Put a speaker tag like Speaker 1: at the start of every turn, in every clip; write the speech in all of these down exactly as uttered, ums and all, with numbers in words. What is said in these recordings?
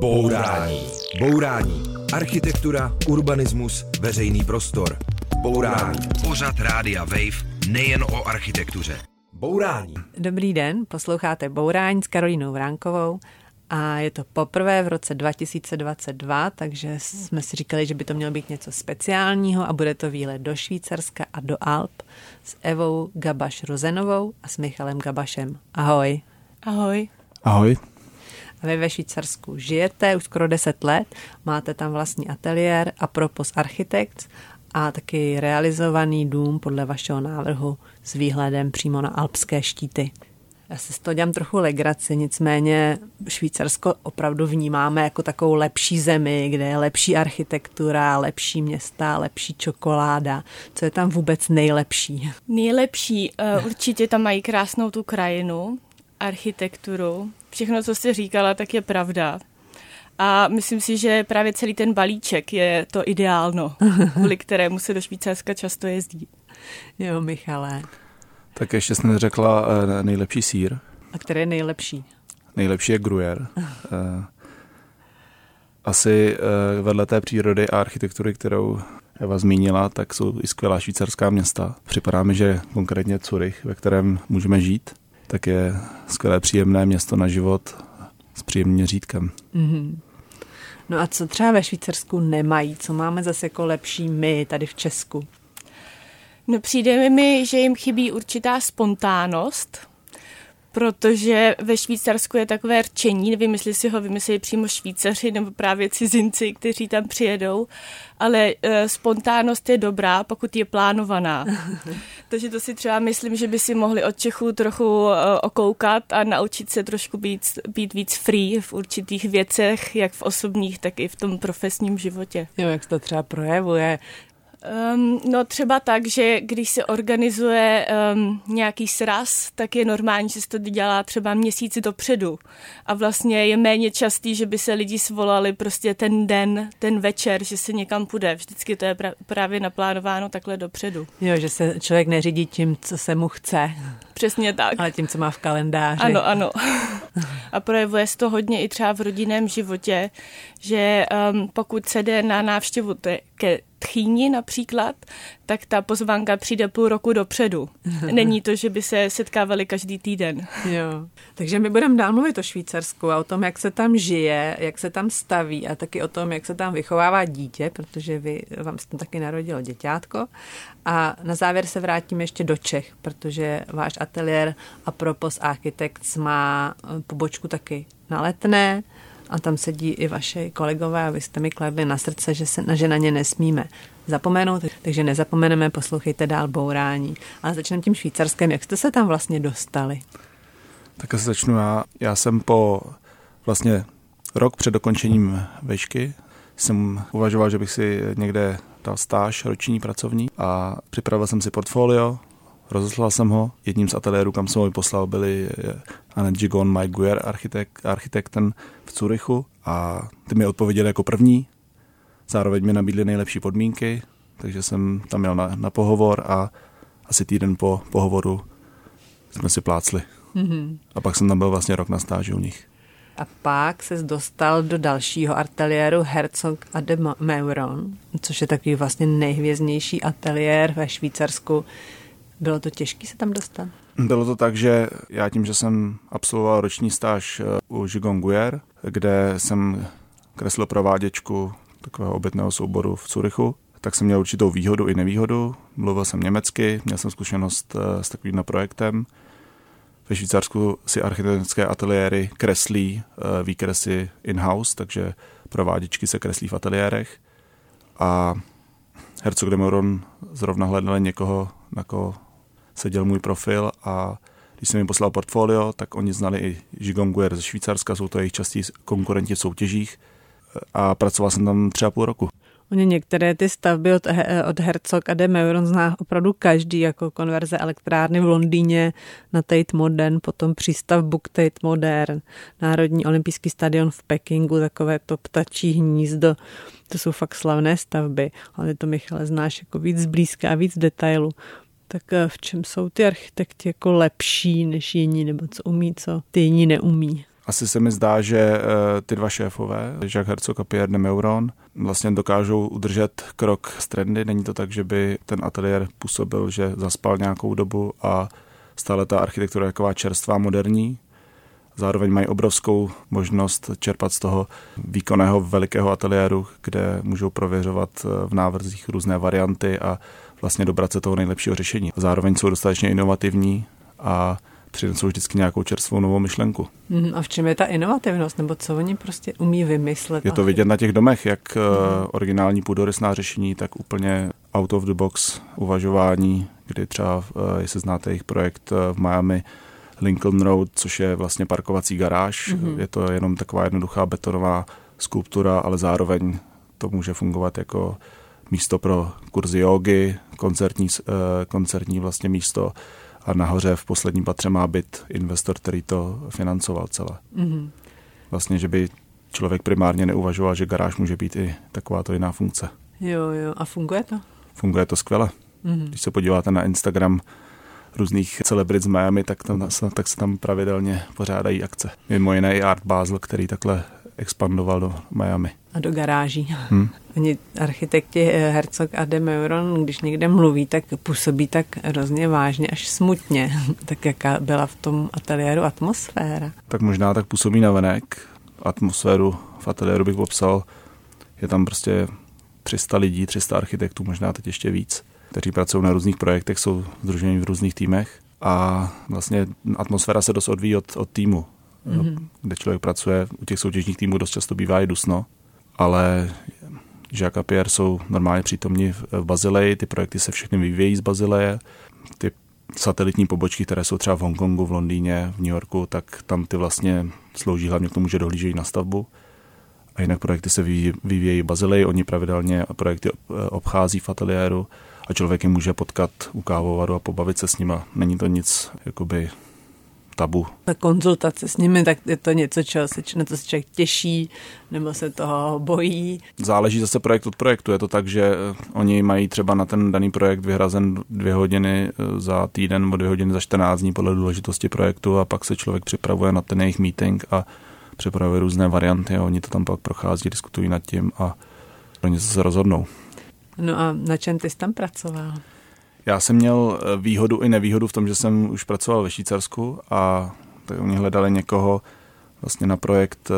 Speaker 1: Bourání. Bourání. Architektura, urbanismus, veřejný prostor. Bourání. Pořad Rádia Wave nejen o architektuře. Bourání.
Speaker 2: Dobrý den, posloucháte Bourání s Karolínou Vránkovou a je to poprvé v roce dva tisíce dvacet dva, takže jsme si říkali, že by to mělo být něco speciálního a bude to výlet do Švýcarska a do Alp s Evou Gabaš-Rozenovou a s Michalem Gabašem. Ahoj.
Speaker 3: Ahoj.
Speaker 4: Ahoj.
Speaker 2: A vy ve Švýcarsku žijete už skoro deset let, máte tam vlastní ateliér Apropos Architects a taky realizovaný dům podle vašeho návrhu s výhledem přímo na alpské štíty. Já si z toho dělám trochu legraci, nicméně Švýcarsko opravdu vnímáme jako takovou lepší zemi, kde je lepší architektura, lepší města, lepší čokoláda. Co je tam vůbec nejlepší?
Speaker 3: Nejlepší, určitě tam mají krásnou tu krajinu, architekturu. Všechno, co jsi říkala, tak je pravda. A myslím si, že právě celý ten balíček je to ideálno, kvůli kterému se do Švýcarska často jezdí.
Speaker 2: Jo, Michale.
Speaker 4: Tak ještě jsi neřekla nejlepší sýr.
Speaker 2: A který je nejlepší?
Speaker 4: Nejlepší je Gruyère. Asi vedle té přírody a architektury, kterou Eva zmínila, tak jsou i skvělá švýcarská města. Připadá mi, že konkrétně Zurich, ve kterém můžeme žít, tak je skvělé příjemné město na život s příjemným měřítkem.
Speaker 2: Mm-hmm. No a co třeba ve Švýcarsku nemají? Co máme zase jako lepší my tady v Česku?
Speaker 3: No přijde mi, že jim chybí určitá spontánnost, protože ve Švýcarsku je takové rčení, nevím, jestli si ho vymyslí přímo Švýcaři nebo právě cizinci, kteří tam přijedou, ale e, spontánnost je dobrá, pokud je plánovaná. Takže to si třeba myslím, že by si mohli od Čechů trochu e, okoukat a naučit se trošku být, být víc free v určitých věcech, jak v osobních, tak i v tom profesním životě.
Speaker 2: Jo, jak se to třeba projevuje?
Speaker 3: Um, no třeba tak, že když se organizuje um, nějaký sraz, tak je normální, že se to dělá třeba měsíc dopředu. A vlastně je méně častý, že by se lidi svolali prostě ten den, ten večer, že se někam půjde. Vždycky to je pra- právě naplánováno takhle dopředu.
Speaker 2: Jo, že se člověk neřídí tím, co se mu chce.
Speaker 3: Přesně tak.
Speaker 2: Ale tím, co má v kalendáři.
Speaker 3: Ano, ano. A projevuje se to hodně i třeba v rodinném životě, že um, pokud se jde na návštěvu te- ke tchýni například, tak ta pozvánka přijde půl roku dopředu. Není to, že by se setkávali každý týden.
Speaker 2: Jo. Takže my budeme dál mluvit o Švýcarsku a o tom, jak se tam žije, jak se tam staví a taky o tom, jak se tam vychovává dítě, protože vy vám se tam taky narodilo děťátko. A na závěr se vrátíme ještě do Čech, protože váš ateliér Apropos Architects má pobočku taky na Letné, a tam sedí i vaše kolegové a vy jste mi kladli na srdce, že, se, že na ně nesmíme zapomenout, takže nezapomeneme, poslouchejte dál Bourání. Ale začneme tím Švýcarskem. Jak jste se tam vlastně dostali?
Speaker 4: Tak asi začnu já. Já jsem po vlastně rok před dokončením vešky jsem uvažoval, že bych si někde dal stáž roční pracovní a připravil jsem si portfolio, rozeslal jsem ho. Jedním z ateliérů, kam jsem ho poslal, byli Annette Gigon, Mike Guyer, architekt, architekten v Curychu a ty mi odpověděli jako první. Zároveň mi nabídli nejlepší podmínky, takže jsem tam měl na, na pohovor a asi týden po pohovoru jsme si plácli. Mm-hmm. A pak jsem tam byl vlastně rok na stáži u nich.
Speaker 2: A pak ses dostal do dalšího ateliéru Herzog a de Meuron, což je takový vlastně nejhvězdnější ateliér ve Švýcarsku. Bylo to těžké se tam dostat?
Speaker 4: Bylo to tak, že já tím, že jsem absolvoval roční stáž u Gigon Guyer, kde jsem kreslil prováděčku takového obytného souboru v Curychu, tak jsem měl určitou výhodu i nevýhodu. Mluvil jsem německy, měl jsem zkušenost s takovým projektem. Ve Švýcarsku si architektonické ateliéry kreslí výkresy in-house, takže prováděčky se kreslí v ateliérech. A Herzog de Meuron zrovna hledali někoho, na koho seděl můj profil a když jsem jim poslal portfolio, tak oni znali i Gigon Guyer ze Švýcarska, jsou to jejich častí konkurenti v soutěžích a pracoval jsem tam třeba půl roku.
Speaker 2: Oni některé ty stavby od, od Herzog a de Meuron zná opravdu každý, jako konverze elektrárny v Londýně na Tate Modern, potom přístavbu Tate Modern, Národní olympijský stadion v Pekingu, takové to ptačí hnízdo. To jsou fakt slavné stavby, ale to, Michale, znáš jako víc zblízka a víc detailu. Tak v čem jsou ty architekti jako lepší než jiní, nebo co umí, co ty jiní neumí?
Speaker 4: Asi se mi zdá, že ty dva šéfové, Jacques Herzog a Pierre de Meuron, vlastně dokážou udržet krok s trendy. Není to tak, že by ten ateliér působil, že zaspal nějakou dobu a stále ta architektura je taková čerstvá, moderní. Zároveň mají obrovskou možnost čerpat z toho výkonného velikého ateliéru, kde můžou prověřovat v návrzích různé varianty a vlastně dobrat se toho nejlepšího řešení. Zároveň jsou dostatečně inovativní a přinesou vždycky nějakou čerstvou novou myšlenku.
Speaker 2: Mm, a v čem je ta inovativnost, nebo co oni prostě umí vymyslet?
Speaker 4: Je to vidět na těch domech, jak mm. originální půdorysná řešení, tak úplně out of the box uvažování, kdy třeba, jestli znáte jejich projekt v Miami, Lincoln Road, což je vlastně parkovací garáž. Mm-hmm. Je to jenom taková jednoduchá betonová skulptura, ale zároveň to může fungovat jako místo pro kurzy jógy, koncertní, koncertní vlastně místo a nahoře v posledním patře má být investor, který to financoval celé. Mm-hmm. Vlastně, že by člověk primárně neuvažoval, že garáž může být i takováto jiná funkce.
Speaker 2: Jo, jo. A funguje to?
Speaker 4: Funguje to skvěle. Mm-hmm. Když se podíváte na Instagram různých celebrit z Miami, tak, tam, tak se tam pravidelně pořádají akce. Mimo jiné i Art Basel, který takhle expandoval do Miami.
Speaker 2: A do garáží.
Speaker 4: Hmm.
Speaker 2: Oni architekti Herzog a de Meuron, když někde mluví, tak působí tak hrozně vážně, až smutně. Tak jaká byla v tom ateliéru atmosféra?
Speaker 4: Tak možná tak působí navenek. Atmosféru v ateliéru bych popsal. Je tam prostě tři sta lidí, tři sta architektů, možná teď ještě víc, kteří pracují na různých projektech, jsou sdruženi v různých týmech a vlastně atmosféra se dost odvíjí od, od týmu, mm-hmm. kde člověk pracuje. U těch soutěžních týmů dost často bývá i dusno, ale Jacques a Pierre jsou normálně přítomní v, v Bazileji, ty projekty se všechny vyvíjejí z Bazileje, ty satelitní pobočky, které jsou třeba v Hongkongu, v Londýně, v New Yorku, tak tam ty vlastně slouží hlavně k tomu, že dohlížejí na stavbu. A jinak projekty se vyvíjejí v Bazileji, oni pravidelně projekty obchází v ateliéru a člověk je může potkat u kávovaru a pobavit se s nima. Není to nic jakoby tabu.
Speaker 2: Ta konzultace s nimi, tak je to něco, čeho se, na to se člověk těší, nebo se toho bojí?
Speaker 4: Záleží zase projekt od projektu. Je to tak, že oni mají třeba na ten daný projekt vyhrazen dvě hodiny za týden nebo dvě hodiny za čtrnáct dní podle důležitosti projektu a pak se člověk připravuje na ten jejich meeting a připravuje různé varianty a oni to tam pak prochází, diskutují nad tím a pro něco se rozhodnou.
Speaker 2: No a na čem ty jsi tam pracoval?
Speaker 4: Já jsem měl výhodu i nevýhodu v tom, že jsem už pracoval ve Švýcarsku a tak oni hledali někoho vlastně na projekt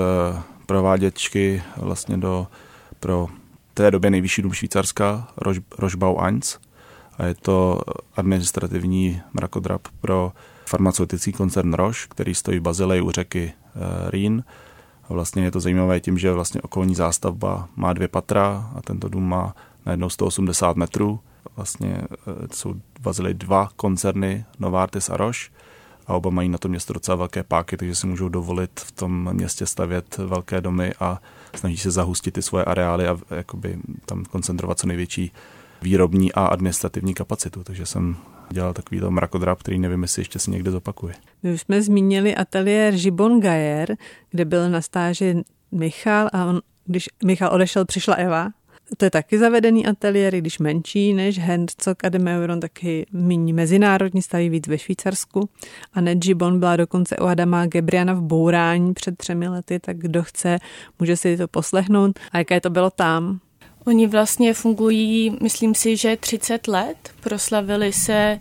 Speaker 4: prováděčky vlastně do, pro té době nejvyšší dům Švýcarska, Rochbau jedna. A je to administrativní mrakodrap pro farmaceutický koncern Roche, který stojí v Bazileji u řeky Rýn. A vlastně je to zajímavé tím, že vlastně okolní zástavba má dvě patra a tento dům má najednou sto osmdesát metrů. Vlastně jsou v Bazileji dva koncerny, Novartis a Roche, a oba mají na to město docela velké páky, takže si můžou dovolit v tom městě stavět velké domy a snaží se zahustit ty svoje areály a jakoby tam koncentrovat co největší výrobní a administrativní kapacitu. Takže jsem dělal takovýto mrakodrap, který nevím, jestli ještě si někde zopakuje.
Speaker 2: My už jsme zmínili ateliér Gibbon Gayer, kde byl na stáži Michal a on, když Michal odešel, přišla Eva. To je taky zavedený ateliér, když menší než Herzog a de Meuron, taky méně mezinárodní, staví víc ve Švýcarsku. A Net Gibbon byla dokonce u Adama Gebriana v Bourání před třemi lety, tak kdo chce, může si to poslechnout. A jaké to bylo tam?
Speaker 3: Oni vlastně fungují, myslím si, že třicet let. Proslavili se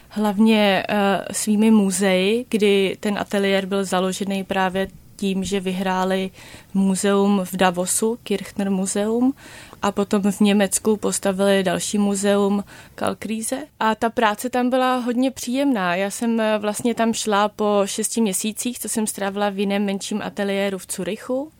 Speaker 3: hlavně uh, svými muzeji, kdy ten ateliér byl založený právě tím, že vyhráli muzeum v Davosu, Kirchner muzeum, a potom v Německu postavili další muzeum Kalkriese. A ta práce tam byla hodně příjemná. Já jsem vlastně tam šla po šesti měsících, co jsem strávila v jiném menším ateliéru v Curychu.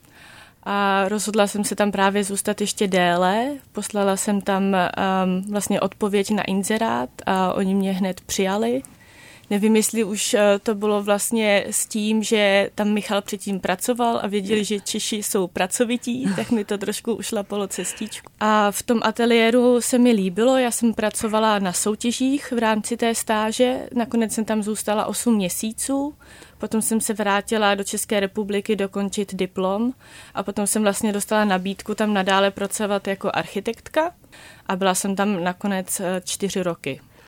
Speaker 3: A rozhodla jsem se tam právě zůstat ještě déle. Poslala jsem tam um, vlastně odpověď na inzerát a oni mě hned přijali. Nevím, jestli už to bylo vlastně s tím, že tam Michal předtím pracoval a věděli, že Češi jsou pracovití, tak mi to trošku ušlapalo cestičku. A v tom ateliéru se mi líbilo, já jsem pracovala na soutěžích v rámci té stáže, nakonec jsem tam zůstala osm měsíců, potom jsem se vrátila do České republiky dokončit diplom a potom jsem vlastně dostala nabídku tam nadále pracovat jako architektka a byla jsem tam nakonec čtyři roky.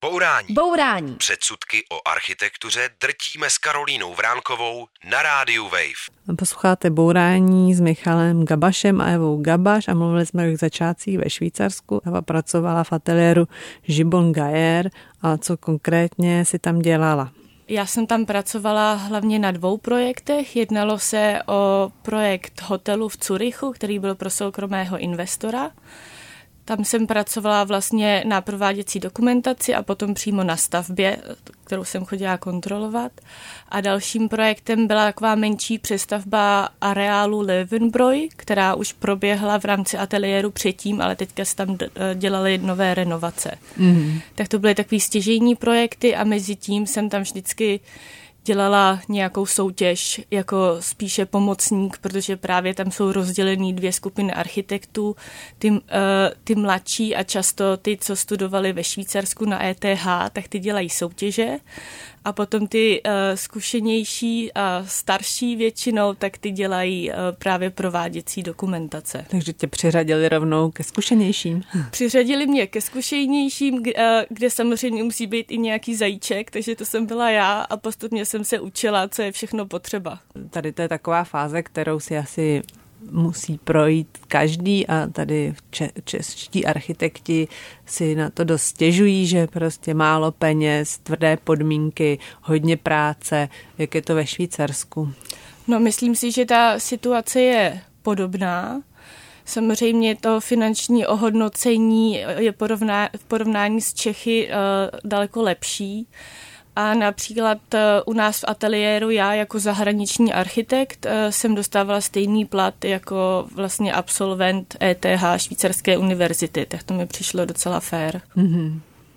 Speaker 1: Bourání.
Speaker 5: Bourání.
Speaker 1: Předsudky o architektuře drtíme s Karolínou Vránkovou na rádiu Wave.
Speaker 2: Posloucháte Bourání s Michalem Gabašem a Evou Gabaš a mluvili jsme o jejich začátcích ve Švýcarsku. Eva pracovala v ateliéru Gibbon Gayer, a co konkrétně si tam dělala?
Speaker 3: Já jsem tam pracovala hlavně na dvou projektech. Jednalo se o projekt hotelu v Curychu, který byl pro soukromého investora. Tam jsem pracovala vlastně na prováděcí dokumentaci a potom přímo na stavbě, kterou jsem chodila kontrolovat. A dalším projektem byla taková menší přestavba areálu Löwenbräu, která už proběhla v rámci ateliéru předtím, ale teďka se tam dělaly nové renovace. Mm. Tak to byly takový stěžejní projekty a mezi tím jsem tam vždycky dělala nějakou soutěž jako spíše pomocník, protože právě tam jsou rozdělený dvě skupiny architektů, ty, uh, ty mladší a často ty, co studovali ve Švýcarsku na E T H, tak ty dělají soutěže a potom ty uh, zkušenější a starší většinou, tak ty dělají uh, právě prováděcí dokumentace.
Speaker 2: Takže tě přiřadili rovnou ke zkušenějším?
Speaker 3: Přiřadili mě ke zkušenějším, kde samozřejmě musí být i nějaký zajíček, takže to jsem byla já a postupně jsem se učila, co je všechno potřeba.
Speaker 2: Tady to je taková fáze, kterou si asi musí projít každý a tady če- čeští architekti si na to dost stěžují, že prostě málo peněz, tvrdé podmínky, hodně práce. Jak je to ve Švýcarsku?
Speaker 3: No, myslím si, že ta situace je podobná. Samozřejmě to finanční ohodnocení je porovná, v porovnání s Čechy uh, daleko lepší. A například u nás v ateliéru já jako zahraniční architekt jsem dostávala stejný plat jako vlastně absolvent E T H Švýcarské univerzity, tak to mi přišlo docela fair. Mm-hmm.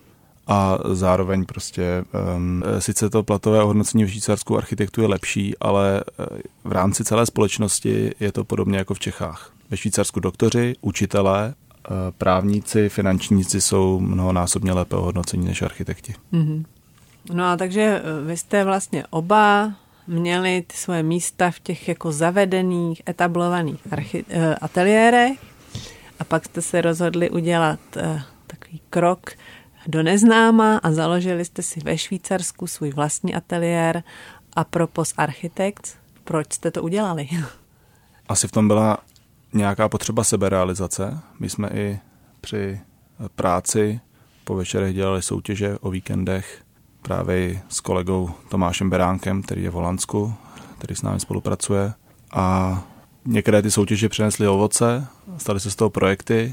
Speaker 4: A zároveň prostě, um, sice to platové ohodnocení v Švýcarsku architektu je lepší, ale v rámci celé společnosti je to podobně jako v Čechách. Ve Švýcarsku doktoři, učitelé, právníci, finančníci jsou mnohonásobně lépe ohodnocení než architekti. Mm-hmm.
Speaker 2: No a takže vy jste vlastně oba měli ty svoje místa v těch jako zavedených, etablovaných archi- ateliérech a pak jste se rozhodli udělat uh, takový krok do neznáma a založili jste si ve Švýcarsku svůj vlastní ateliér Apropos Architects. Proč jste to udělali?
Speaker 4: Asi v tom byla nějaká potřeba seberealizace. My jsme i při práci po večerech dělali soutěže, o víkendech právě s kolegou Tomášem Beránkem, který je v Holandsku, který s námi spolupracuje. A některé ty soutěže přinesly ovoce, staly se z toho projekty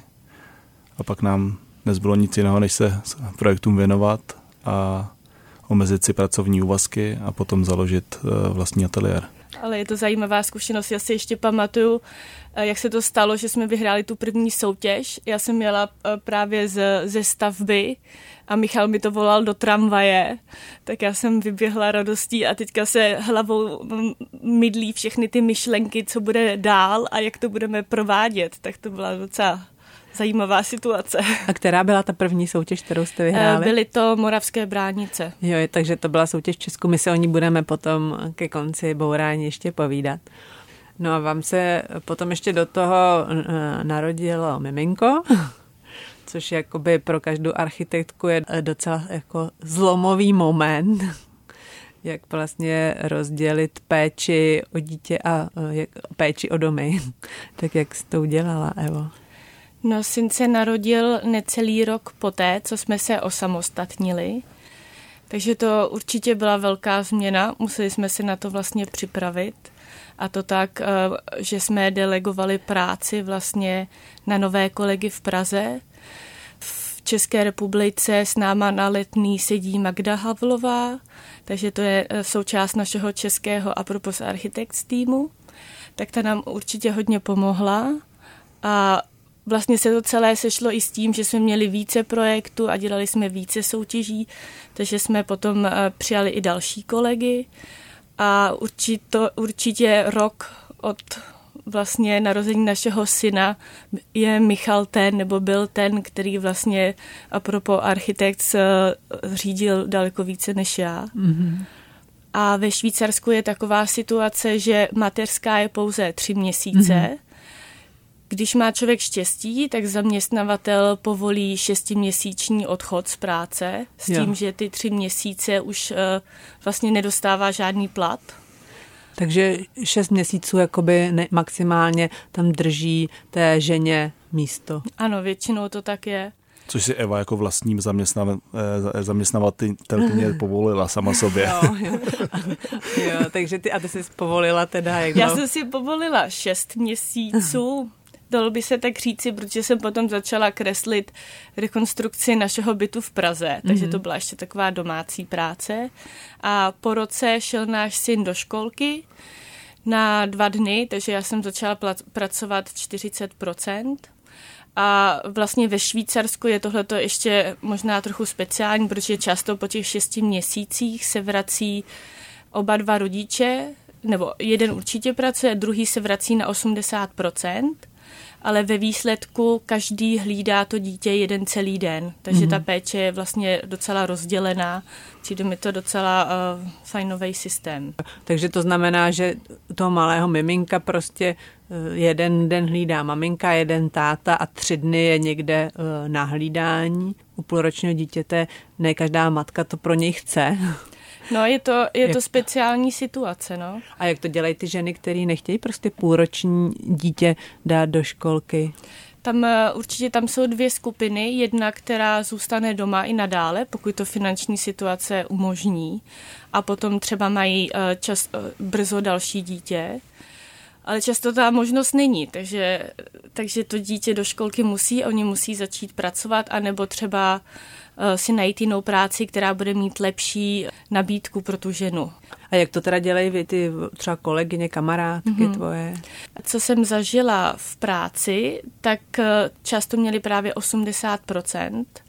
Speaker 4: a pak nám nezbylo nic jiného, než se projektům věnovat a omezit si pracovní úvazky a potom založit vlastní ateliér.
Speaker 3: Ale je to zajímavá zkušenost. Já si ještě pamatuju, jak se to stalo, že jsme vyhráli tu první soutěž. Já jsem jela právě z, ze stavby a Michal mi to volal do tramvaje, tak já jsem vyběhla radostí a teďka se hlavou mydlí všechny ty myšlenky, co bude dál a jak to budeme provádět. Tak to byla docela zajímavá situace.
Speaker 2: A která byla ta první soutěž, kterou jste vyhráli?
Speaker 3: Byly to Moravské Bránice.
Speaker 2: Jo, takže to byla soutěž v Česku. My se o ní budeme potom ke konci bourání ještě povídat. No a vám se potom ještě do toho narodilo miminko, což jakoby pro každou architektku je docela jako zlomový moment, jak vlastně rozdělit péči o dítě a péči o domy. Tak jak jsi to udělala, Evo?
Speaker 3: No, syn se narodil necelý rok poté, co jsme se osamostatnili, takže to určitě byla velká změna, museli jsme se na to vlastně připravit a to tak, že jsme delegovali práci vlastně na nové kolegy v Praze. V České republice s náma na Letný sedí Magda Havlová, takže to je součást našeho českého Apropos Architects týmu, tak ta nám určitě hodně pomohla a vlastně se to celé sešlo i s tím, že jsme měli více projektů a dělali jsme více soutěží, takže jsme potom přijali i další kolegy a určitě, určitě rok od vlastně narození našeho syna je Michal ten, nebo byl ten, který vlastně Apropos Architects řídil daleko více než já. Mm-hmm. A ve Švýcarsku je taková situace, že mateřská je pouze tři měsíce, mm-hmm. Když má člověk štěstí, tak zaměstnavatel povolí šestiměsíční odchod z práce s tím, jo. že ty tři měsíce už uh, vlastně nedostává žádný plat.
Speaker 2: Takže šest měsíců jakoby ne, maximálně tam drží té ženě místo.
Speaker 3: Ano, většinou to tak je.
Speaker 4: Což si Eva jako vlastním zaměstnavatelkyně povolila sama sobě.
Speaker 2: Jo, jo. jo, takže ty, a ty jsi povolila teda jak
Speaker 3: Já jsem si povolila šest měsíců, dalo by se tak říci, protože jsem potom začala kreslit rekonstrukci našeho bytu v Praze, takže to byla ještě taková domácí práce. A po roce šel náš syn do školky na dva dny, takže já jsem začala pla- pracovat čtyřicet procent. A vlastně ve Švýcarsku je tohleto ještě možná trochu speciální, protože často po těch šesti měsících se vrací oba dva rodiče, nebo jeden určitě pracuje, druhý se vrací na osmdesát procent, ale ve výsledku každý hlídá to dítě jeden celý den, takže mm-hmm. ta péče je vlastně docela rozdělená, přijde mi to docela uh, fajnový systém.
Speaker 2: Takže to znamená, že toho malého miminka prostě jeden den hlídá maminka, jeden táta a tři dny je někde uh, na hlídání. U půlročního dítěte ne každá matka to pro něj chce.
Speaker 3: No, je to, je to speciální situace, no.
Speaker 2: A jak to dělají ty ženy, které nechtějí prostě půlroční dítě dát do školky?
Speaker 3: Tam určitě tam jsou dvě skupiny. Jedna, která zůstane doma i nadále, pokud to finanční situace umožní. A potom třeba mají čas, brzo další dítě. Ale často ta možnost není, takže, takže to dítě do školky musí, oni musí začít pracovat, anebo třeba uh, si najít jinou práci, která bude mít lepší nabídku pro tu ženu.
Speaker 2: A jak to teda dělají vy, ty třeba kolegyně, kamarádky mm-hmm. tvoje?
Speaker 3: Co jsem zažila v práci, tak uh, často měli právě osmdesát procent,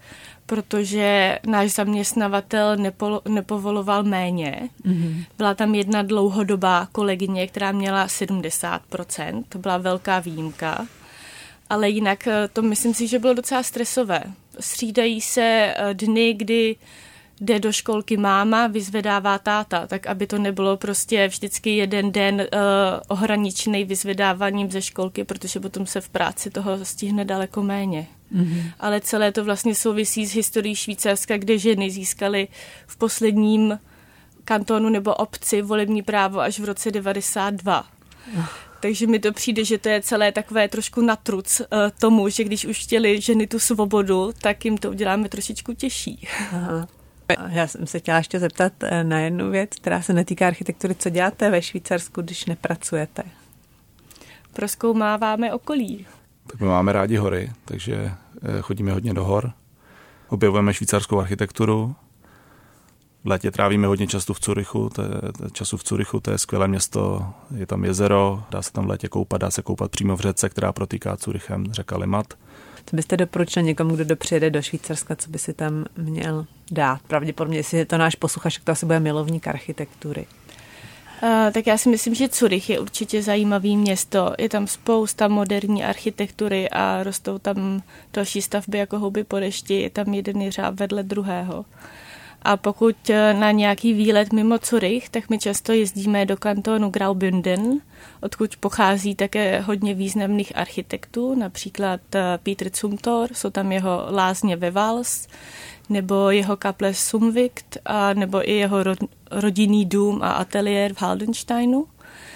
Speaker 3: protože náš zaměstnavatel nepo, nepovoloval méně. Mm-hmm. Byla tam jedna dlouhodobá kolegyně, která měla sedmdesát procent, to byla velká výjimka, ale jinak to myslím si, že bylo docela stresové. Střídají se dny, kdy jde do školky máma, vyzvedává táta, tak aby to nebylo prostě vždycky jeden den uh, ohraničený vyzvedáváním ze školky, protože potom se v práci toho stihne daleko méně. Mm-hmm. Ale celé to vlastně souvisí s historií Švýcarska, kde ženy získaly v posledním kantonu nebo obci volební právo až v roce devadesát dva. Oh. Takže mi to přijde, že to je celé takové trošku natruc uh, tomu, že když už chtěli ženy tu svobodu, tak jim to uděláme trošičku těžší.
Speaker 2: Aha. Já jsem se chtěla ještě zeptat na jednu věc, která se netýká architektury. Co děláte ve Švýcarsku, když nepracujete?
Speaker 3: Prozkoumáváme okolí.
Speaker 4: Tak my máme rádi hory, takže chodíme hodně do hor. Objevujeme švýcarskou architekturu. V létě trávíme hodně času v Curychu, to je, času v Curychu, to je skvělé město, je tam jezero, dá se tam v létě koupat, dá se koupat přímo v řece, která protýká Curychem, řeka Limmat.
Speaker 2: Co byste doporučili někomu, kdo přijede do Švýcarska, co by si tam měl dát? Pravděpodobně, jestli je to náš posluchač, tak to asi bude milovník architektury.
Speaker 3: Uh, tak já si myslím, že Curych je určitě zajímavý město. Je tam spousta moderní architektury a rostou tam další stavby jako houby po dešti. Je tam jeden jeřáb vedle druhého. A pokud na nějaký výlet mimo Curych, tak my často jezdíme do kantonu Graubünden, odkud pochází také hodně významných architektů, například Peter Zumthor, jsou tam jeho lázně ve Vals, nebo jeho kaple Sumvikt, a nebo i jeho rodinný dům a ateliér v Haldensteinu.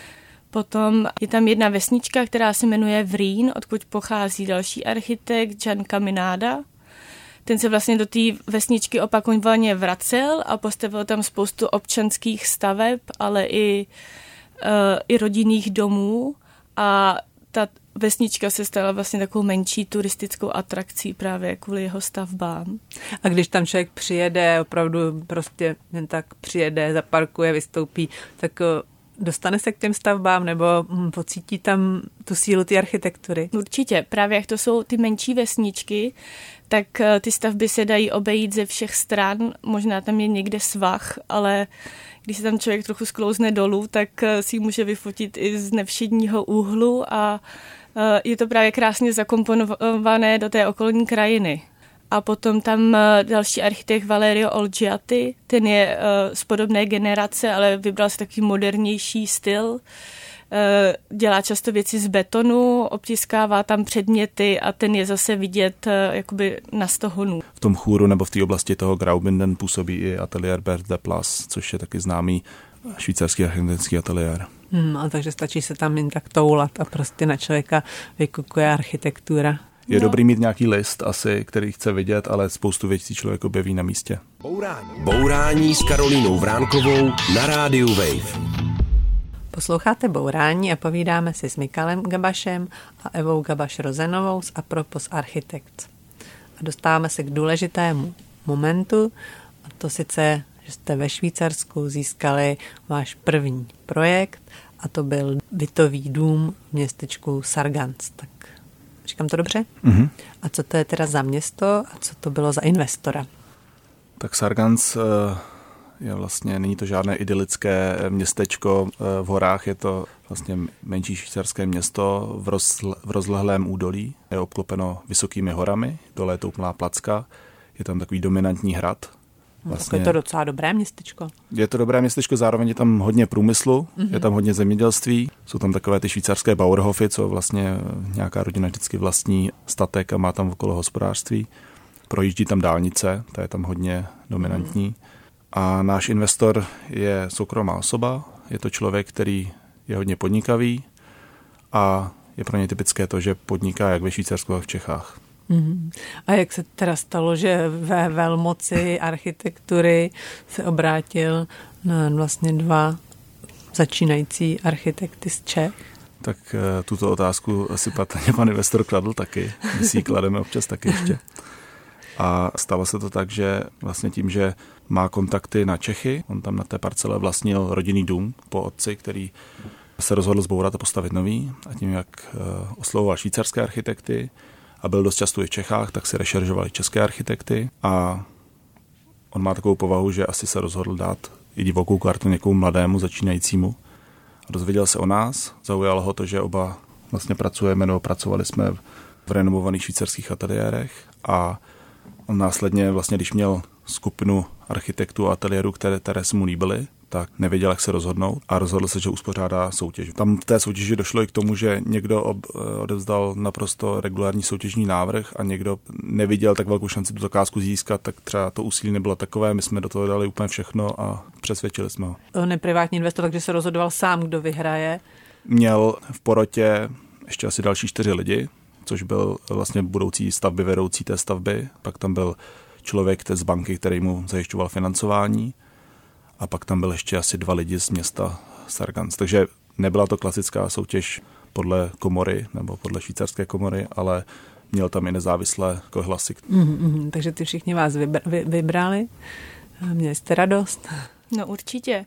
Speaker 3: Potom je tam jedna vesnička, která se jmenuje Vrien, odkud pochází další architekt Jan Caminada. Ten se vlastně do té vesničky opakovaně vracel a postavil tam spoustu občanských staveb, ale i, uh, i rodinných domů a ta vesnička se stala vlastně takovou menší turistickou atrakcí právě kvůli jeho stavbám.
Speaker 2: A když tam člověk přijede, opravdu prostě jen tak přijede, zaparkuje, vystoupí, tak dostane se k těm stavbám nebo hm, pocítí tam tu sílu té architektury?
Speaker 3: Určitě, právě jak to jsou ty menší vesničky, tak ty stavby se dají obejít ze všech stran, možná tam je někde svah, ale když se tam člověk trochu sklouzne dolů, tak si ji může vyfotit i z nevšedního úhlu a je to právě krásně zakomponované do té okolní krajiny. A potom tam další architekt Valerio Olgiati, ten je z podobné generace, ale vybral si takový modernější styl. dělá často věci z betonu, obtiskává tam předměty a ten je zase vidět jakoby na stohonu.
Speaker 4: V tom chůru nebo v té oblasti toho Graubünden působí i ateliér Bert de Plas, což je taky známý švýcarský architektonický ateliér.
Speaker 2: Hmm, a takže stačí se tam jen tak toulat a prostě na člověka vykukuje architektura.
Speaker 4: Je no. dobrý mít nějaký list asi, který chce vidět, ale spoustu věcí člověk objeví na místě.
Speaker 1: Bourání. Bourání s Karolínou Vránkovou na rádiu Wave.
Speaker 2: Posloucháte Bourání a povídáme si s Mikalem Gabašem a Evou Gabaš-Rozenovou z Apropos Architects. A dostáváme se k důležitému momentu, a to sice, že jste ve Švýcarsku získali váš první projekt a to byl bytový dům v městečku Sargans. Tak říkám to dobře?
Speaker 4: Mm-hmm.
Speaker 2: A co to je teda za město a co to bylo za investora?
Speaker 4: Tak Sargans je vlastně, není to žádné idylické městečko v horách, je to vlastně menší švýcarské město v, rozl, v rozlehlém údolí. Je obklopeno vysokými horami, dole je to úplná placka, je tam takový dominantní hrad.
Speaker 2: Vlastně, je to docela dobré městečko.
Speaker 4: Je to dobré městečko, zároveň je tam hodně průmyslu, mm-hmm. je tam hodně zemědělství, jsou tam takové ty švýcarské Bauernhofy, co vlastně nějaká rodina vždycky vlastní statek a má tam okolo hospodářství. Projíždí tam dálnice, ta je tam hodně dominantní. Mm. A náš investor je soukromá osoba, je to člověk, který je hodně podnikavý a je pro něj typické to, že podniká jak ve Švýcarsku, tak v Čechách.
Speaker 2: Mm. A jak se teda stalo, že ve velmoci architektury se obrátil na vlastně dva začínající architekty z Čech?
Speaker 4: Tak tuto otázku asi patrně pan investor kladl taky. My si ji klademe občas taky ještě. A stalo se to tak, že vlastně tím, že má kontakty na Čechy, on tam na té parcele vlastnil rodinný dům po otci, který se rozhodl zbourat a postavit nový. A tím, jak oslovoval švýcarské architekty a byl dost často i v Čechách, tak si rešeržovali české architekty. A on má takovou povahu, že asi se rozhodl dát i divokou kartu někomu mladému, začínajícímu. A dozvěděl se o nás, zaujalo ho to, že oba vlastně pracujeme, nebo pracovali jsme v renomovaných švýcarských ateliérech a on následně vlastně, když měl skupinu architektů a ateliérů, které, které se mu líbily, tak nevěděl, jak se rozhodnout a rozhodl se, že uspořádá soutěž. Tam v té soutěži došlo i k tomu, že někdo ob, odevzdal naprosto regulární soutěžní návrh a někdo neviděl tak velkou šanci tu zakázku získat, tak třeba to úsilí nebylo takové, my jsme do toho dali úplně všechno a přesvědčili jsme ho.
Speaker 2: On je privátní investor, takže se rozhodoval sám, kdo vyhraje.
Speaker 4: Měl v porotě ještě asi další čtyři lidi, což byl vlastně budoucí stavby vedoucí té stavby. Pak tam byl člověk z banky, který mu zajišťoval financování. A pak tam byl ještě asi dva lidi z města Sargans. Takže nebyla to klasická soutěž podle komory nebo podle švýcarské komory, ale měl tam i nezávislé hlasy.
Speaker 2: Mm-hmm, takže ty všichni vás vybra- vy- vybrali. Měli jste radost?
Speaker 3: No určitě.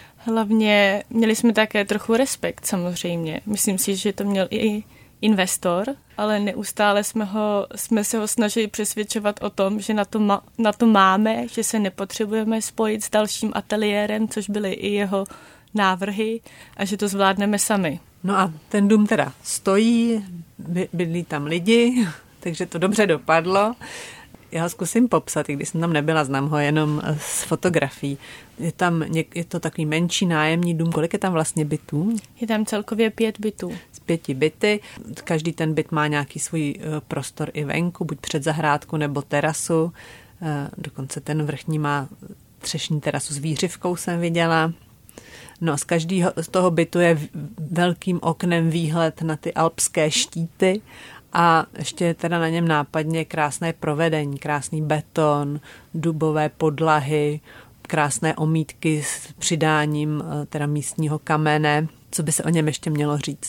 Speaker 3: Hlavně měli jsme také trochu respekt samozřejmě. Myslím si, že to měl i investor, ale neustále jsme, ho, jsme se ho snažili přesvědčovat o tom, že na to, ma, na to máme, že se nepotřebujeme spojit s dalším ateliérem, což byly i jeho návrhy a že to zvládneme sami.
Speaker 2: No a ten dům teda stojí, by, bydlí tam lidi, takže to dobře dopadlo. Já ho zkusím popsat, i když jsem tam nebyla, znám ho jenom z fotografií. Je tam, je to takový menší nájemní dům, kolik je tam vlastně bytů?
Speaker 3: Je tam celkově pět bytů.
Speaker 2: Z pěti byty, každý ten byt má nějaký svůj prostor i venku, buď před zahrádku nebo terasu, dokonce ten vrchní má třešní terasu s výřivkou, jsem viděla. No a z každého z toho bytu je velkým oknem výhled na ty alpské štíty a ještě je teda na něm nápadně krásné provedení, krásný beton, dubové podlahy, krásné omítky s přidáním teda místního kamene. Co by se o něm ještě mělo říct?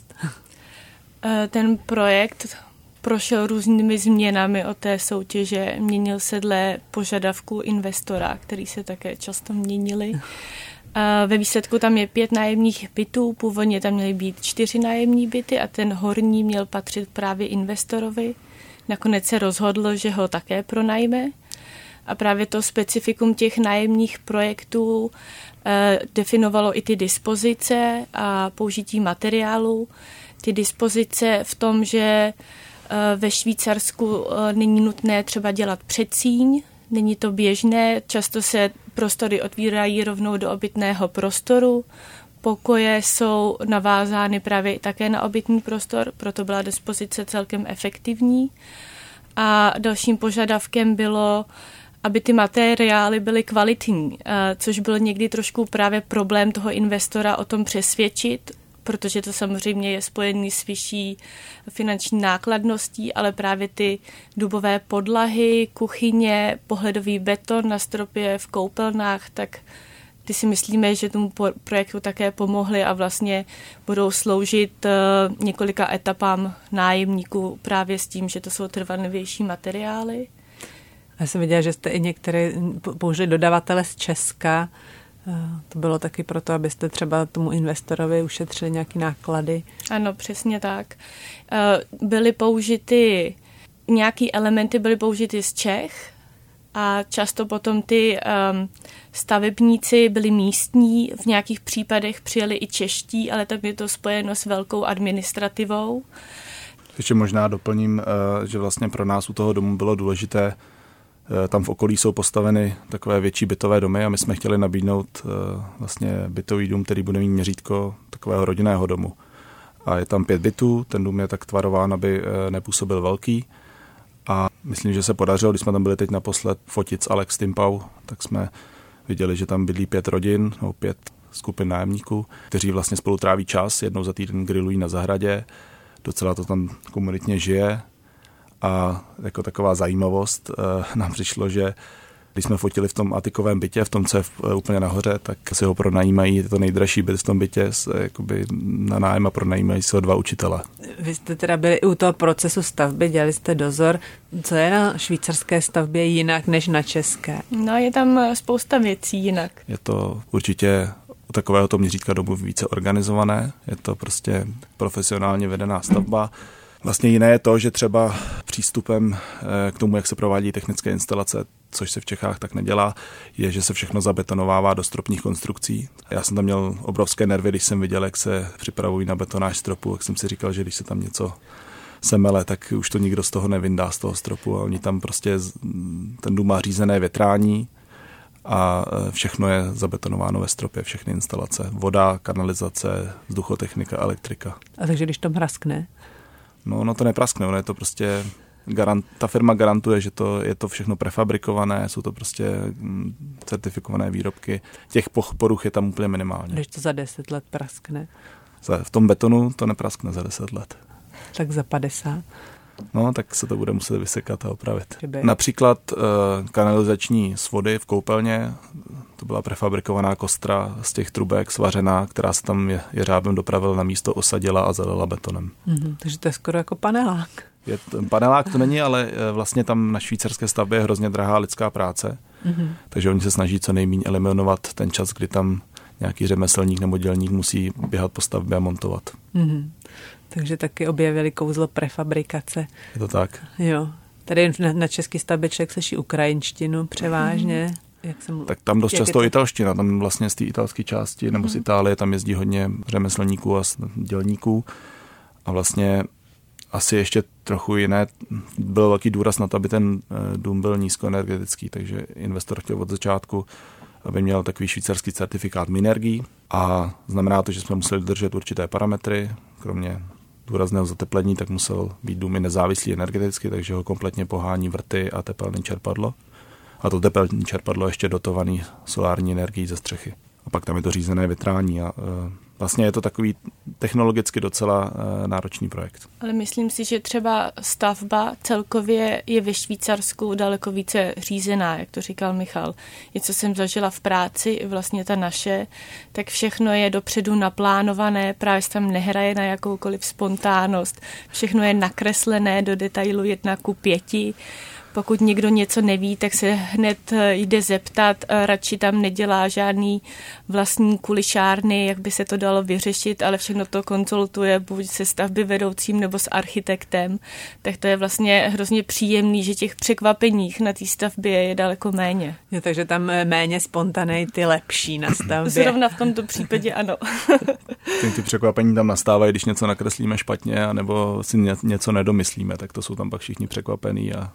Speaker 3: Ten projekt prošel různými změnami od té soutěže, měnil se dle požadavků investora, který se také často měnili. Ve výsledku tam je pět nájemních bytů, původně tam měly být čtyři nájemní byty a ten horní měl patřit právě investorovi. Nakonec se rozhodl, že ho také pronajme. A právě to specifikum těch nájemních projektů eh, definovalo i ty dispozice a použití materiálů. Ty dispozice v tom, že eh, ve Švýcarsku eh, není nutné třeba dělat předsíň, není to běžné, často se prostory otvírají rovnou do obytného prostoru, pokoje jsou navázány právě také na obytný prostor, proto byla dispozice celkem efektivní. A dalším požadavkem bylo, aby ty materiály byly kvalitní, což byl někdy trošku právě problém toho investora o tom přesvědčit, protože to samozřejmě je spojený s vyšší finanční nákladností, ale právě ty dubové podlahy, kuchyně, pohledový beton na stropě v koupelnách, tak ty si myslíme, že tomu projektu také pomohly a vlastně budou sloužit několika etapám nájemníků právě s tím, že to jsou trvanlivější materiály.
Speaker 2: Já jsem viděla, že jste i některé použili dodavatele z Česka. To bylo taky proto, abyste třeba tomu investorovi ušetřili nějaké náklady.
Speaker 3: Ano, přesně tak. Byly použity, nějaké elementy byly použity z Čech a často potom ty stavebníci byli místní, v nějakých případech přijeli i čeští, ale tam je to spojeno s velkou administrativou.
Speaker 4: Ještě možná doplním, že vlastně pro nás u toho domu bylo důležité, tam v okolí jsou postaveny takové větší bytové domy a my jsme chtěli nabídnout vlastně bytový dům, který bude mít měřítko takového rodinného domu. A je tam pět bytů, ten dům je tak tvarován, aby nepůsobil velký. A myslím, že se podařilo, když jsme tam byli teď naposled fotit s Alex Timpau, tak jsme viděli, že tam bydlí pět rodin, nebo pět skupin nájemníků, kteří vlastně spolu tráví čas, jednou za týden grillují na zahradě, docela to tam komunitně žije. A jako taková zajímavost nám přišlo, že když jsme fotili v tom atikovém bytě, v tom, co je úplně nahoře, tak si ho pronajímají, je to nejdražší byt v tom bytě, jakoby na nájem a pronajímají si ho dva učitele.
Speaker 2: Vy jste teda byli u toho procesu stavby, dělali jste dozor. Co je na švýcarské stavbě jinak než na české?
Speaker 3: No, je tam spousta věcí jinak.
Speaker 4: Je to určitě u takového to měřítka domu více organizované, je to prostě profesionálně vedená stavba. Vlastně jiné je to, že třeba přístupem k tomu, jak se provádí technické instalace, což se v Čechách tak nedělá, je, že se všechno zabetonovává do stropních konstrukcí. Já jsem tam měl obrovské nervy, když jsem viděl, jak se připravují na betonáž stropu, jak jsem si říkal, že když se tam něco semele, tak už to nikdo z toho nevyndá z toho stropu a oni tam prostě, ten dům má řízené větrání a všechno je zabetonováno ve stropě, všechny instalace. Voda, kanalizace, vzduchotechnika, elektrika.
Speaker 2: A takže když to mraskne?
Speaker 4: No, no to nepraskne, ono je to prostě, garant, ta firma garantuje, že to je to všechno prefabrikované, jsou to prostě certifikované výrobky, těch poruch je tam úplně minimálně.
Speaker 2: Když to za deset let praskne?
Speaker 4: V tom betonu to nepraskne za deset let.
Speaker 2: Tak za padesát?
Speaker 4: No, tak se to bude muset vysekat a opravit.
Speaker 2: Chyby.
Speaker 4: Například uh, kanalizační svody v koupelně, to byla prefabrikovaná kostra z těch trubek svařená, která se tam je, jeřábem dopravil na místo, osadila a zalila betonem.
Speaker 2: Mm-hmm, takže to je skoro jako panelák.
Speaker 4: Je to, panelák to není, ale vlastně tam na švýcarské stavbě je hrozně drahá lidská práce, mm-hmm. takže oni se snaží co nejméně eliminovat ten čas, kdy tam nějaký řemeslník nebo dělník musí běhat po stavbě a montovat.
Speaker 2: Mm-hmm. Takže taky objevili kouzlo prefabrikace.
Speaker 4: Je to tak?
Speaker 2: Jo. Tady na, na český stavbě člověk slyší ukrajinštinu převážně. Mm-hmm. Jak jsem,
Speaker 4: tak tam dost často
Speaker 2: to...
Speaker 4: italština, tam vlastně z té italské části, nebo mm-hmm. z Itálie, tam jezdí hodně řemeslníků a dělníků. A vlastně asi ještě trochu jiné, byl velký důraz na to, aby ten dům byl nízkoenergetický, takže investor chtěl od začátku, aby měl takový švýcarský certifikát Minergie a znamená to, že jsme museli dodržet určité parametry, kromě důrazného zateplení, tak musel být dům i nezávislý energeticky, takže ho kompletně pohání vrty a tepelné čerpadlo. A to tepelné čerpadlo ještě dotovaný solární energií ze střechy. A pak tam je to řízené větrání a e, vlastně je to takový technologicky docela e, náročný projekt.
Speaker 3: Ale myslím si, že třeba stavba celkově je ve Švýcarsku daleko více řízená, jak to říkal Michal. Je, co jsem zažila v práci, vlastně ta naše, tak všechno je dopředu naplánované, právě se tam nehraje na jakoukoliv spontánnost. Všechno je nakreslené do detailu jedna ku pěti. Pokud někdo něco neví, tak se hned jde zeptat, radši tam nedělá žádný vlastní kulišárny, jak by se to dalo vyřešit, ale všechno to konzultuje buď se stavby vedoucím nebo s architektem. Tak to je vlastně hrozně příjemný, že těch překvapeních na té stavbě je daleko méně.
Speaker 2: Je, takže tam méně spontaneity lepší na stavbě.
Speaker 3: Zrovna v tomto případě ano.
Speaker 4: Ty, ty překvapení tam nastávají, když něco nakreslíme špatně, anebo si něco nedomyslíme, tak to jsou tam pak všichni překvapení a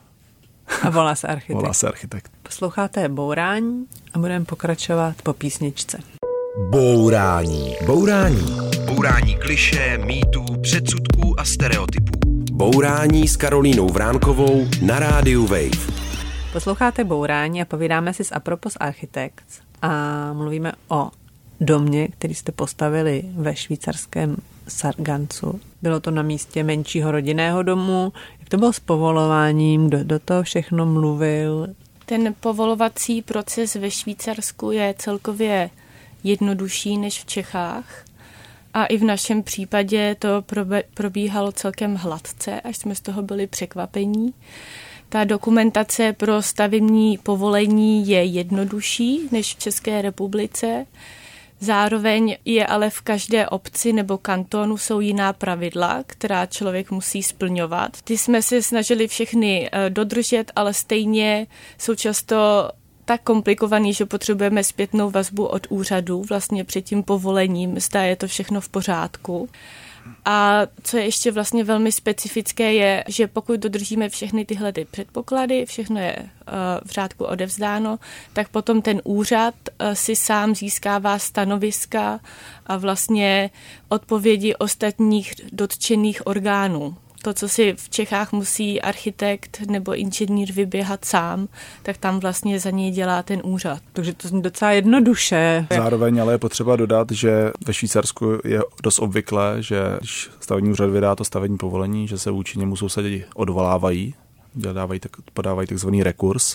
Speaker 2: A volá se architekt.
Speaker 4: Volá se architekt.
Speaker 2: Posloucháte Bourání a budeme pokračovat po písničce.
Speaker 1: Bourání. Bourání. Bourání klišé, mýtů, předsudků a stereotypů. Bourání s Karolínou Vránkovou na rádiu Wave.
Speaker 2: Posloucháte Bourání a povídáme si s Apropos Architects a mluvíme o domě, který jste postavili ve švýcarském Sargancu. Bylo to na místě menšího rodinného domu. Jak to bylo s povolováním? Kdo do toho všechno mluvil?
Speaker 3: Ten povolovací proces ve Švýcarsku je celkově jednodušší než v Čechách. A i v našem případě to probíhalo celkem hladce, až jsme z toho byli překvapení. Ta dokumentace pro stavební povolení je jednodušší než v České republice. Zároveň je ale v každé obci nebo kantonu jsou jiná pravidla, která člověk musí splňovat. Ty jsme se snažili všechny dodržet, ale stejně jsou často tak komplikovaný, že potřebujeme zpětnou vazbu od úřadu vlastně před tím povolením, zda je to všechno v pořádku. A co je ještě vlastně velmi specifické je, že pokud dodržíme všechny tyhle ty předpoklady, všechno je v řádku odevzdáno, tak potom ten úřad si sám získává stanoviska a vlastně odpovědi ostatních dotčených orgánů. To, co si v Čechách musí architekt nebo inženýr vyběhat sám, tak tam vlastně za něj dělá ten úřad.
Speaker 2: Takže to zní docela jednoduše.
Speaker 4: Zároveň ale je potřeba dodat, že ve Švýcarsku je dost obvyklé, že když stavební úřad vydá to stavební povolení, že se vůči němu sousedi odvolávají, dělávají tak, podávají takzvaný rekurs.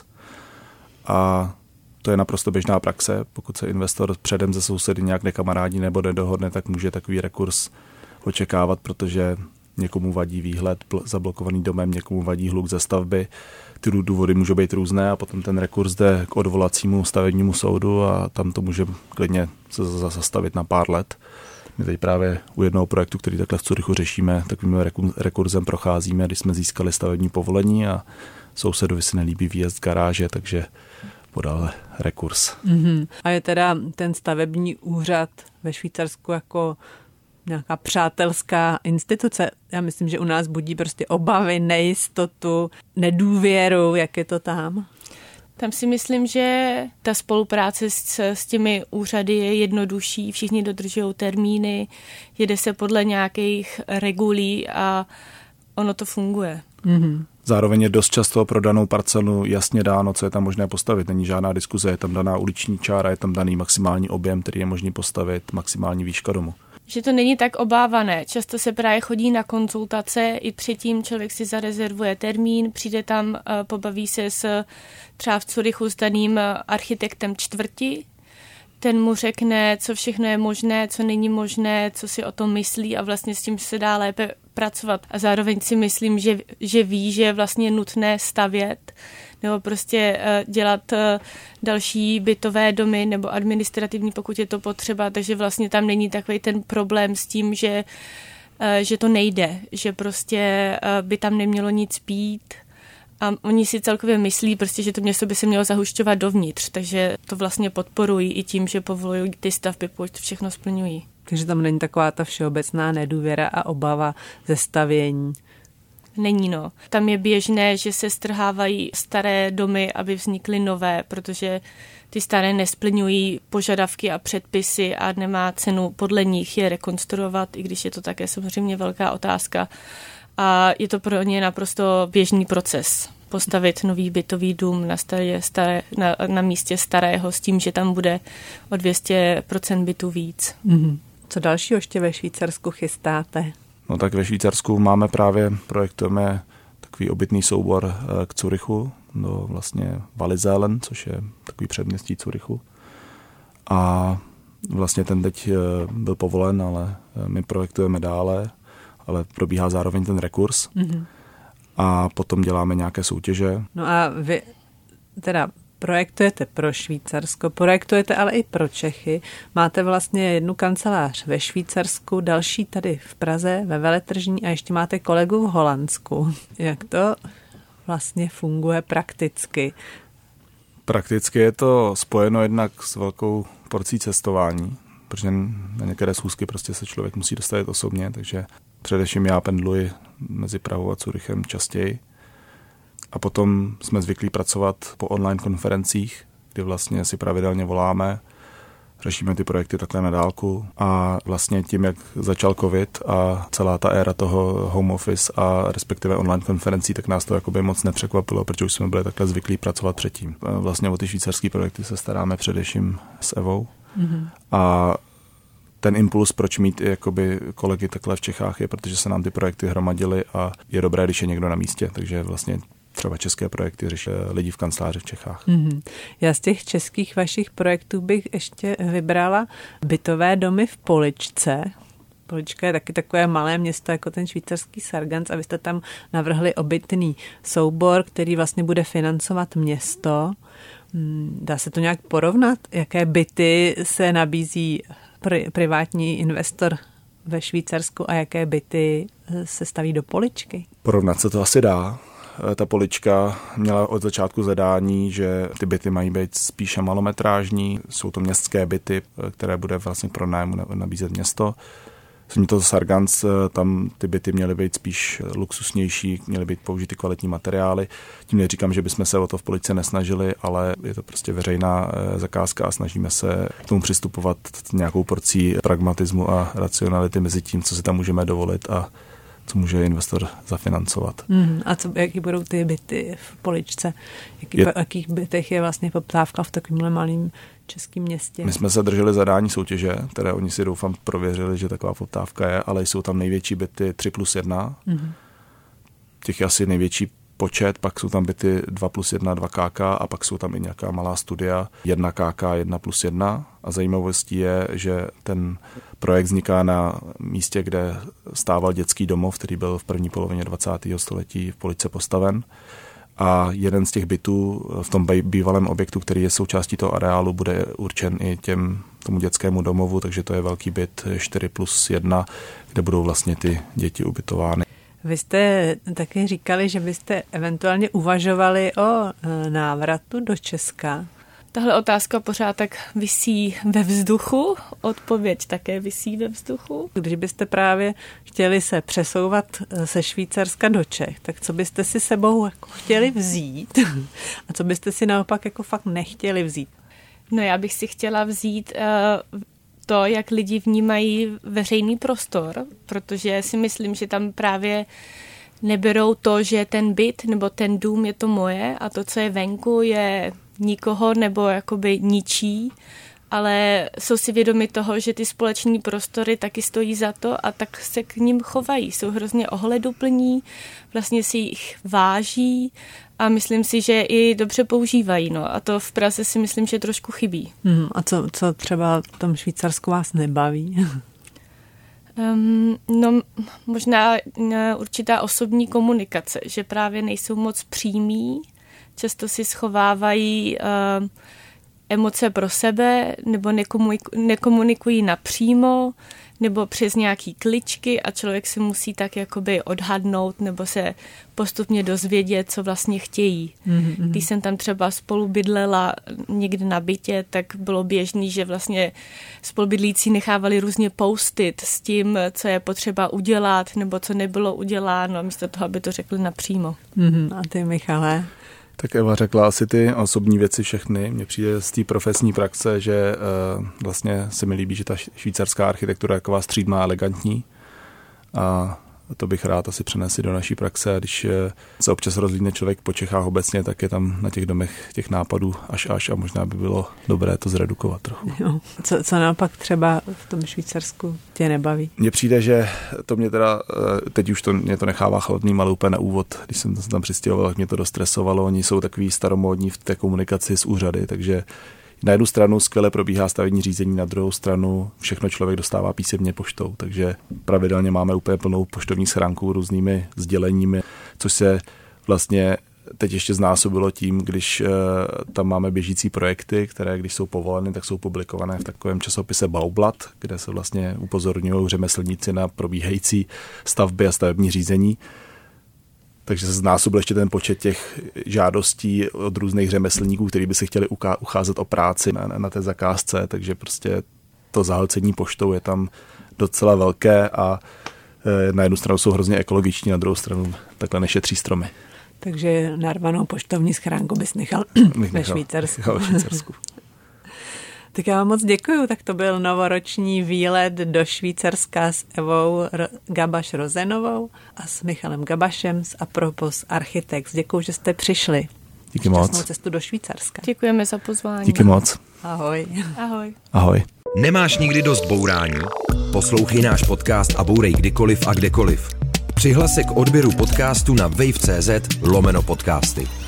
Speaker 4: A to je naprosto běžná praxe. Pokud se investor předem ze sousedy nějak nekamarádí nebo nedohodne, tak může takový rekurs očekávat, protože někomu vadí výhled zablokovaný domem, někomu vadí hluk ze stavby. Ty důvody můžou být různé a potom ten rekurs jde k odvolacímu stavebnímu soudu a tam to může klidně se zastavit na pár let. My teď právě u jednoho projektu, který takhle v Curychu řešíme, takovým rekurzem procházíme, když jsme získali stavební povolení a sousedovi se nelíbí výjezd z garáže, takže podal rekurs.
Speaker 2: Mm-hmm. A je teda ten stavební úřad ve Švýcarsku jako nějaká přátelská instituce. Já myslím, že u nás budí prostě obavy, nejistotu, nedůvěru. Jak je to tam?
Speaker 3: Tam si myslím, že ta spolupráce s, s těmi úřady je jednodušší, všichni dodržují termíny, jede se podle nějakých regulí a ono to funguje.
Speaker 2: Mm-hmm.
Speaker 4: Zároveň je dost často pro danou parcelu jasně dáno, co je tam možné postavit. Není žádná diskuze, je tam daná uliční čára, je tam daný maximální objem, který je možný postavit, maximální výška domu.
Speaker 3: Že to není tak obávané. Často se právě chodí na konzultace, i předtím člověk si zarezervuje termín, přijde tam, pobaví se s třeba v Curychu s daným architektem čtvrti, ten mu řekne, co všechno je možné, co není možné, co si o tom myslí a vlastně s tím se dá lépe pracovat. A zároveň si myslím, že, že ví, že je vlastně nutné stavět nebo prostě dělat další bytové domy nebo administrativní, pokud je to potřeba, takže vlastně tam není takový ten problém s tím, že, že to nejde, že prostě by tam nemělo nic být. A oni si celkově myslí, prostě, že to město by se mělo zahušťovat dovnitř, takže to vlastně podporují i tím, že povolují ty stavby, pokud všechno splňují.
Speaker 2: Takže tam není taková ta všeobecná nedůvěra a obava ze stavění.
Speaker 3: Není, no. Tam je běžné, že se strhávají staré domy, aby vznikly nové, protože ty staré nesplňují požadavky a předpisy a nemá cenu podle nich je rekonstruovat, i když je to také samozřejmě velká otázka. A je to pro ně naprosto běžný proces. Postavit nový bytový dům na, staré, staré, na, na místě starého s tím, že tam bude o dvě stě procent bytů víc.
Speaker 2: Mm-hmm. Co dalšího ještě ve Švýcarsku chystáte?
Speaker 4: No tak ve Švýcarsku máme právě, projektujeme takový obytný soubor k Curychu, do vlastně Wallisellen, což je takový předměstí Curychu. A vlastně ten teď byl povolen, ale my projektujeme dále, ale probíhá zároveň ten rekurs. Mm-hmm. A potom děláme nějaké soutěže.
Speaker 2: No a vy teda projektujete pro Švýcarsko, projektujete ale i pro Čechy. Máte vlastně jednu kancelář ve Švýcarsku, další tady v Praze, ve Veletržní a ještě máte kolegu v Holandsku. Jak to vlastně funguje prakticky?
Speaker 4: Prakticky je to spojeno jednak s velkou porcí cestování, protože na některé schůzky prostě se člověk musí dostavit osobně, takže především já pendluji mezi Prahou a Curychem častěji. A potom jsme zvyklí pracovat po online konferencích, kdy vlastně si pravidelně voláme řešíme ty projekty takhle na dálku a vlastně tím, jak začal covid a celá ta éra toho home office a respektive online konferencí, tak nás to jakoby moc nepřekvapilo, protože už jsme byli takhle zvyklí pracovat předtím. Vlastně o ty švýcarské projekty se staráme především s Evou mm-hmm. a ten impuls, proč mít i jakoby kolegy takhle v Čechách, je, protože se nám ty projekty hromadily a je dobré, když je někdo na místě, takže vlastně třeba české projekty řeší lidi v kanceláři v Čechách.
Speaker 2: Mm-hmm. Já z těch českých vašich projektů bych ještě vybrala bytové domy v Poličce. Polička je taky takové malé město jako ten švýcarský Sargans a vy jste tam navrhli obytný soubor, který vlastně bude financovat město. Dá se to nějak porovnat? Jaké byty se nabízí pri, privátní investor ve Švýcarsku a jaké byty se staví do Poličky?
Speaker 4: Porovnat se to asi dá. Ta Polička měla od začátku zadání, že ty byty mají být spíše malometrážní, jsou to městské byty, které bude vlastně pro nájmu nabízet město. To Sargans, tam ty byty měly být spíš luxusnější, měly být použity kvalitní materiály. Tím neříkám, že bychom se o to v Poličce nesnažili, ale je to prostě veřejná zakázka a snažíme se k tomu přistupovat nějakou porcí pragmatismu a racionality mezi tím, co si tam můžeme dovolit a co může investor zafinancovat.
Speaker 2: Mm, a co, jaký budou ty byty v Poličce? Jaký, je, jakých bytech je vlastně poptávka v takovémhle malém českém městě?
Speaker 4: My jsme se drželi zadání soutěže, které oni si doufám prověřili, že taková poptávka je, ale jsou tam největší byty tři plus jedna. Mm. Těch je asi největší počet, pak jsou tam byty dva plus jedna, dva ká ká a pak jsou tam i nějaká malá studia jedna ká ká, jedna plus jedna. A zajímavostí je, že ten projekt vzniká na místě, kde stával dětský domov, který byl v první polovině dvacátého století v Poličce postaven. A jeden z těch bytů v tom bývalém objektu, který je součástí toho areálu, bude určen i těm, tomu dětskému domovu, takže to je velký byt čtyři plus jedna, kde budou vlastně ty děti ubytovány.
Speaker 2: Vy jste taky říkali, že byste eventuálně uvažovali o návratu do Česka.
Speaker 3: Tahle otázka pořád tak visí ve vzduchu, odpověď také visí ve vzduchu.
Speaker 2: Když byste právě chtěli se přesouvat ze Švýcarska do Čech, tak co byste si sebou jako chtěli vzít a co byste si naopak jako fakt nechtěli vzít?
Speaker 3: No já bych si chtěla vzít uh, to, jak lidi vnímají veřejný prostor, protože si myslím, že tam právě neberou to, že ten byt nebo ten dům je to moje a to, co je venku, je nikoho nebo jakoby ničí, ale jsou si vědomi toho, že ty společní prostory taky stojí za to a tak se k ním chovají. Jsou hrozně ohleduplní, vlastně si jich váží a myslím si, že i dobře používají. No. A to v Praze si myslím, že trošku chybí.
Speaker 2: Hmm, a co, co třeba v tom Švýcarsku vás nebaví?
Speaker 3: Um, no možná určitá osobní komunikace, že právě nejsou moc přímí, často si schovávají uh, emoce pro sebe nebo nekomunikují, nekomunikují napřímo nebo přes nějaký kličky a člověk si musí tak jakoby odhadnout nebo se postupně dozvědět, co vlastně chtějí. Mm-hmm. Když jsem tam třeba spolu bydlela někde na bytě, tak bylo běžný, že vlastně spolubydlící nechávali různě postit s tím, co je potřeba udělat nebo co nebylo uděláno, místo toho, aby to řekli napřímo.
Speaker 2: Mm-hmm. A ty, Michale?
Speaker 4: Tak Eva řekla asi ty osobní věci všechny. Mně přijde z té profesní praxe, že uh, vlastně se mi líbí, že ta švýcarská architektura je taková střídmá, elegantní a to bych rád asi přenesl do naší praxe. A když se občas rozlídne člověk po Čechách obecně, tak je tam na těch domech těch nápadů až až a možná by bylo dobré to zredukovat trochu.
Speaker 2: Jo. Co, co naopak třeba v tom Švýcarsku tě nebaví?
Speaker 4: Mně přijde, že to mě teda, teď už to, mě to nechává chladným, ale úplně na úvod, když jsem tam přistěhoval, tak mě to dost stresovalo. Oni jsou takový staromódní v té komunikaci s úřady, takže na jednu stranu skvěle probíhá stavební řízení, na druhou stranu všechno člověk dostává písemně poštou, takže pravidelně máme úplně plnou poštovní schránku různými sděleními, což se vlastně teď ještě znásobilo tím, když uh, tam máme běžící projekty, které když jsou povoleny, tak jsou publikované v takovém časopise Baublatt, kde se vlastně upozorňují řemeslníci na probíhající stavby a stavební řízení. Takže se znásobil ještě ten počet těch žádostí od různých řemeslníků, kteří by si chtěli ucházet o práci na, na té zakázce, takže prostě to zahlcení poštou je tam docela velké a e, na jednu stranu jsou hrozně ekologiční, na druhou stranu takhle nešetří stromy.
Speaker 2: Takže narvanou poštovní schránku bys nechal ve Švýcarsku.
Speaker 4: Nechal ve Švýcarsku.
Speaker 2: Tak já vám moc děkuju, tak to byl novoroční výlet do Švýcarska s Evou Gabaš-Rozenovou a s Michalem Gabašem z Apropos Architects. Děkuju, že jste přišli.
Speaker 4: Díky moc.
Speaker 2: Šťastnou cestu do Švýcarska.
Speaker 3: Děkujeme za pozvání.
Speaker 4: Díky moc.
Speaker 2: Ahoj.
Speaker 3: Ahoj.
Speaker 4: Ahoj.
Speaker 1: Nemáš nikdy dost bourání? Poslouchej náš podcast a bourej kdykoliv a kdekoliv. Přihlas se k odběru podcastu na wave tečka cz lomeno podcasty.